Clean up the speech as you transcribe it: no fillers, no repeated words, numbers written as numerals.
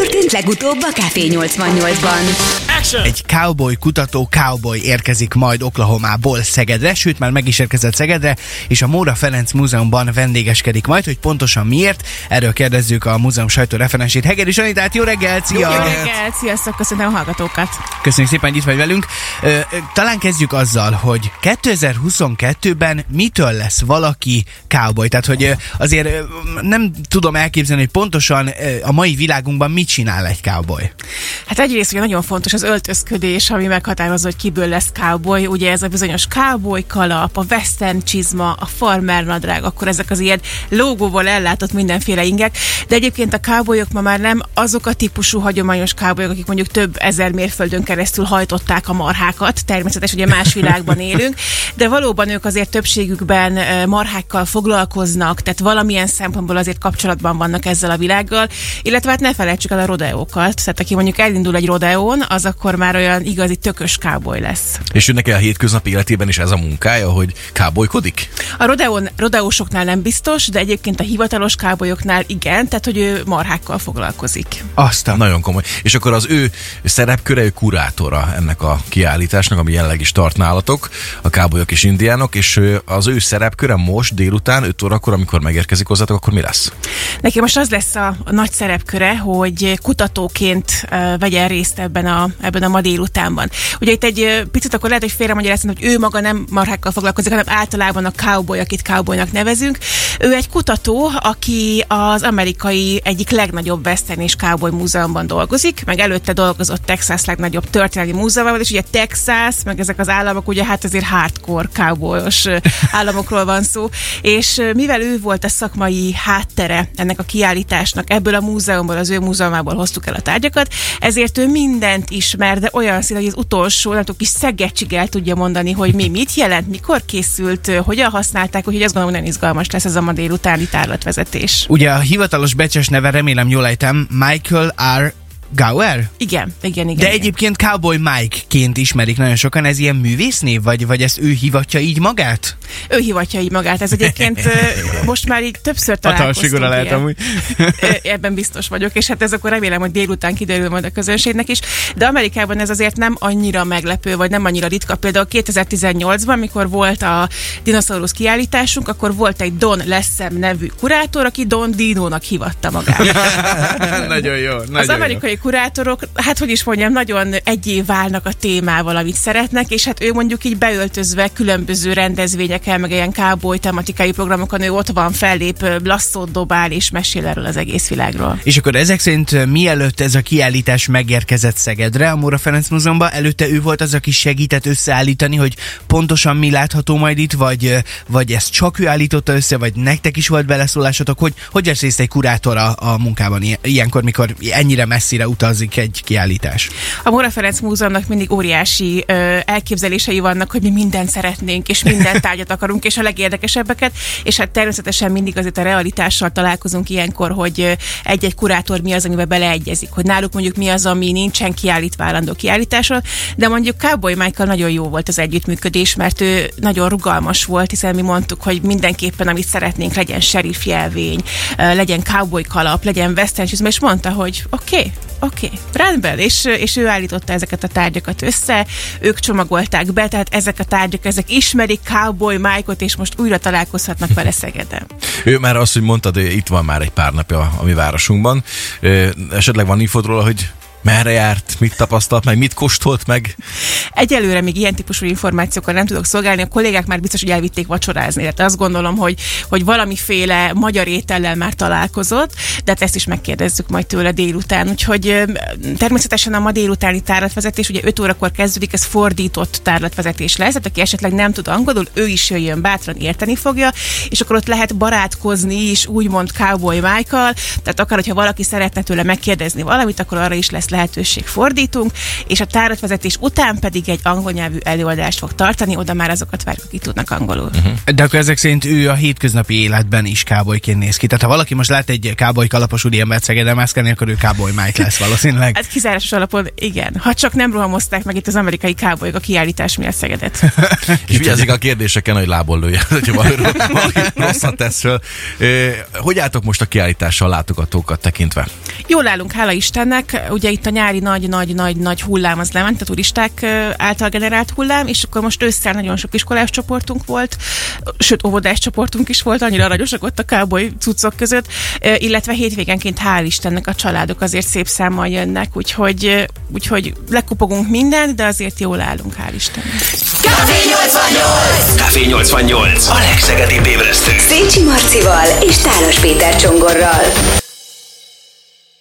történt legutóbb a Café 88-ban? Egy cowboy kutató cowboy érkezik majd Oklahomából Szegedre, sőt már meg is érkezett Szegedre, és a Móra Ferenc Múzeumban vendégeskedik majd, hogy pontosan miért. Erről kérdezzük a múzeum sajtóreferensét, Hegedűs Sanitát. Jó reggelt, szia! Jó reggelt, sziasztok, köszönöm a hallgatókat! Köszönjük szépen, hogy itt vagy velünk. Talán kezdjük azzal, hogy 2022-ben mitől lesz valaki cowboy? Tehát, hogy azért nem tudom elképzelni, hogy pontosan a mai világunkban mit csinál egy cowboy. Hát egyrészt ugye nagyon fontos az öltözködés, ami meghatározza, hogy kiből lesz cowboy. Ugye ez a bizonyos cowboy kalap, a western csizma, a farmer nadrág, akkor ezek az ilyen logóval ellátott mindenféle ingek. De egyébként a cowboyok ma már nem azok a típusú hagyományos cowboyok, akik mondjuk több ezer mérföldön keresztül hajtották a marhákat. Természetesen ugye más világban élünk, de valóban ők azért többségükben marhákkal foglalkoznak, tehát valamilyen szempontból azért kapcsolatban vannak ezzel a világgal, illetve hát ne felejtsük el a rodeókat. Tehát aki mondjuk elindul egy rodeón, az akkor már olyan igazi tökös cowboy lesz. És neki a hétköznapi életében is ez a munkája, hogy cowboykodik? A rodeósoknál nem biztos, de egyébként a hivatalos cowboyoknál igen, tehát hogy ő marhákkal foglalkozik. Aztán. Nagyon komoly. És akkor az ő szerepköre, ő kurátora ennek a kiállításnak, ami jelenleg is tart nálatok, a cowboyok és indiánok, és az ő szerepköre most délután 5 órakor, amikor megérkezik hozzátok, akkor mi lesz? Neki most az lesz a nagy szerepköre, hogy kutatóként vegyen részt ebben a ma délutánban. Ugye itt egy picit akkor lehet, hogy félremagyarázni, hogy ő maga nem marhákkal foglalkozik, hanem általában a cowboy, akit cowboynak nevezünk. Ő egy kutató, aki az amerikai egyik legnagyobb western és cowboy múzeumban dolgozik, meg előtte dolgozott Texas legnagyobb történelmi múzeumában, és ugye Texas, meg ezek az államok, ugye hát azért hardcore cowboyos államokról van szó, és mivel ő volt a szakmai háttere ennek a kiállításnak, ebből a múzeumból, az ő múzeumából hoztuk el a tárgyakat, ezért ő mindent ismer, de olyan szín, hogy az utolsó, nem tudom, kis szeggecsig el tudja mondani, hogy mi mit jelent, mikor készült, hogyan használták, úgyhogy azt gondolom, hogy nagyon izgalmas lesz ez a ma délutáni tárlatvezetés. Ugye a hivatalos becses neve, remélem jól ejtem, Michael R. Gower? Igen. De egyébként Cowboy Mike-ként ismerik nagyon sokan, ez ilyen művésznév, vagy ezt ő hivatja így magát? Ő hivatja így magát, ez egyébként most már így többször találkoztunk. Hatalmas figura lehet amúgy. Ebben biztos vagyok, és hát ez akkor remélem, hogy délután kiderül majd a közönségnek is, de Amerikában ez azért nem annyira meglepő, vagy nem annyira ritka. Például 2018-ban, mikor volt a dinoszaurusz kiállításunk, akkor volt egy Don Lessem nevű kurátor, aki Don Dinónak hivatta magát. Nagyon jó. Az amerikai kurátorok, hát hogy is mondjam, nagyon egyé válnak a témával, amit szeretnek, és hát ő mondjuk így beöltözve különböző rendezvényeken, meg ilyen cowboy tematikai programokon ő ott van, fellép, lasszót dobál és mesél erről az egész világról. És akkor ezek szerint mielőtt ez a kiállítás megérkezett Szegedre, a Móra Ferenc Múzeumban, előtte ő volt az, aki segített összeállítani, hogy pontosan mi látható majd itt, vagy ezt csak ő állította össze, vagy nektek is volt beleszólásotok, hogy vesz részt egy kurátor a munkában ilyenkor, mikor ennyire messzire utazik egy kiállítás? A Móra Ferenc Múzeumnak mindig óriási elképzelései vannak, hogy mi mindent szeretnénk, és minden tárgyat akarunk, és a legérdekesebbeket, és hát természetesen mindig azért a realitással találkozunk ilyenkor, hogy egy-egy kurátor mi az, amiben beleegyezik, hogy náluk mondjuk mi az, ami nincsen kiállítva állandó kiállításon, de mondjuk Cowboy Mike-kal nagyon jó volt az együttműködés, mert ő nagyon rugalmas volt, hiszen mi mondtuk, hogy mindenképpen, amit szeretnénk, legyen sheriff jelvény, legyen cowboy kalap, legyen western csizma, és mondta, hogy oké, rendben, és ő állította ezeket a tárgyakat össze, ők csomagolták be, tehát ezek a tárgyak, ezek ismerik Cowboy Mike-ot, és most újra találkozhatnak vele Szegeden. Ő már azt, hogy mondtad, itt van már egy pár napja a mi városunkban. Esetleg van infód róla, hogy merre járt, mit tapasztalt meg, mit kóstolt meg? Egyelőre még ilyen típusú információkkal nem tudok szolgálni, a kollégák már biztos, hogy elvitték vacsorázni, tehát azt gondolom, hogy valamiféle magyar étellel már találkozott, de hát ezt is megkérdezzük majd tőle délután, úgyhogy természetesen a ma délutáni tárlatvezetés, ugye 5 órakor kezdődik, ez fordított tárlatvezetés lesz, tehát aki esetleg nem tud angolul, ő is jöjjön bátran, érteni fogja, és akkor ott lehet barátkozni is, úgymond Cowboy Mike-kal, tehát akár, hogyha valaki szeretne tőle megkérdezni valamit, akkor arra is lesz lehetőség, fordítunk, és a tárlatvezetés után pedig egy angol nyelvű előadást fog tartani, oda már azokat várjuk, akik tudnak angolul. De akkor ezek szerint ő a hétköznapi életben is cowboyként néz ki. Tehát ha valaki most lát egy cowboy kalapos úriembert Szegeden mászkálni, akkor ő Cowboy Mike lesz valószínűleg. Hát kizárásos alapon igen. Ha csak nem rohamozták meg itt az amerikai cowboyok a kiállítás miatt Szegedet. És vigyázzik a kérdéseken, hogy lából lője, hogyha valami rosszat tesz föl. Hogy álltok most a kiállítással látogatókat tekintve? Jól állunk, hála Istennek. Ugye itt a nyári nagy hullám az lement, a turisták által generált hullám, és akkor most ősszel nagyon sok iskolás csoportunk volt, sőt óvodás csoportunk is volt, annyira aranyosak ott a cowboy cuccok között, illetve hétvégenként hál' Istennek a családok azért szép számmal jönnek, úgyhogy lekupogunk mindent, de azért jól állunk, hál' Istennek. Café 88! Café 88! A legszegedibb ébresztő! Szécsi Marcival és Tálos Péter Csongorral.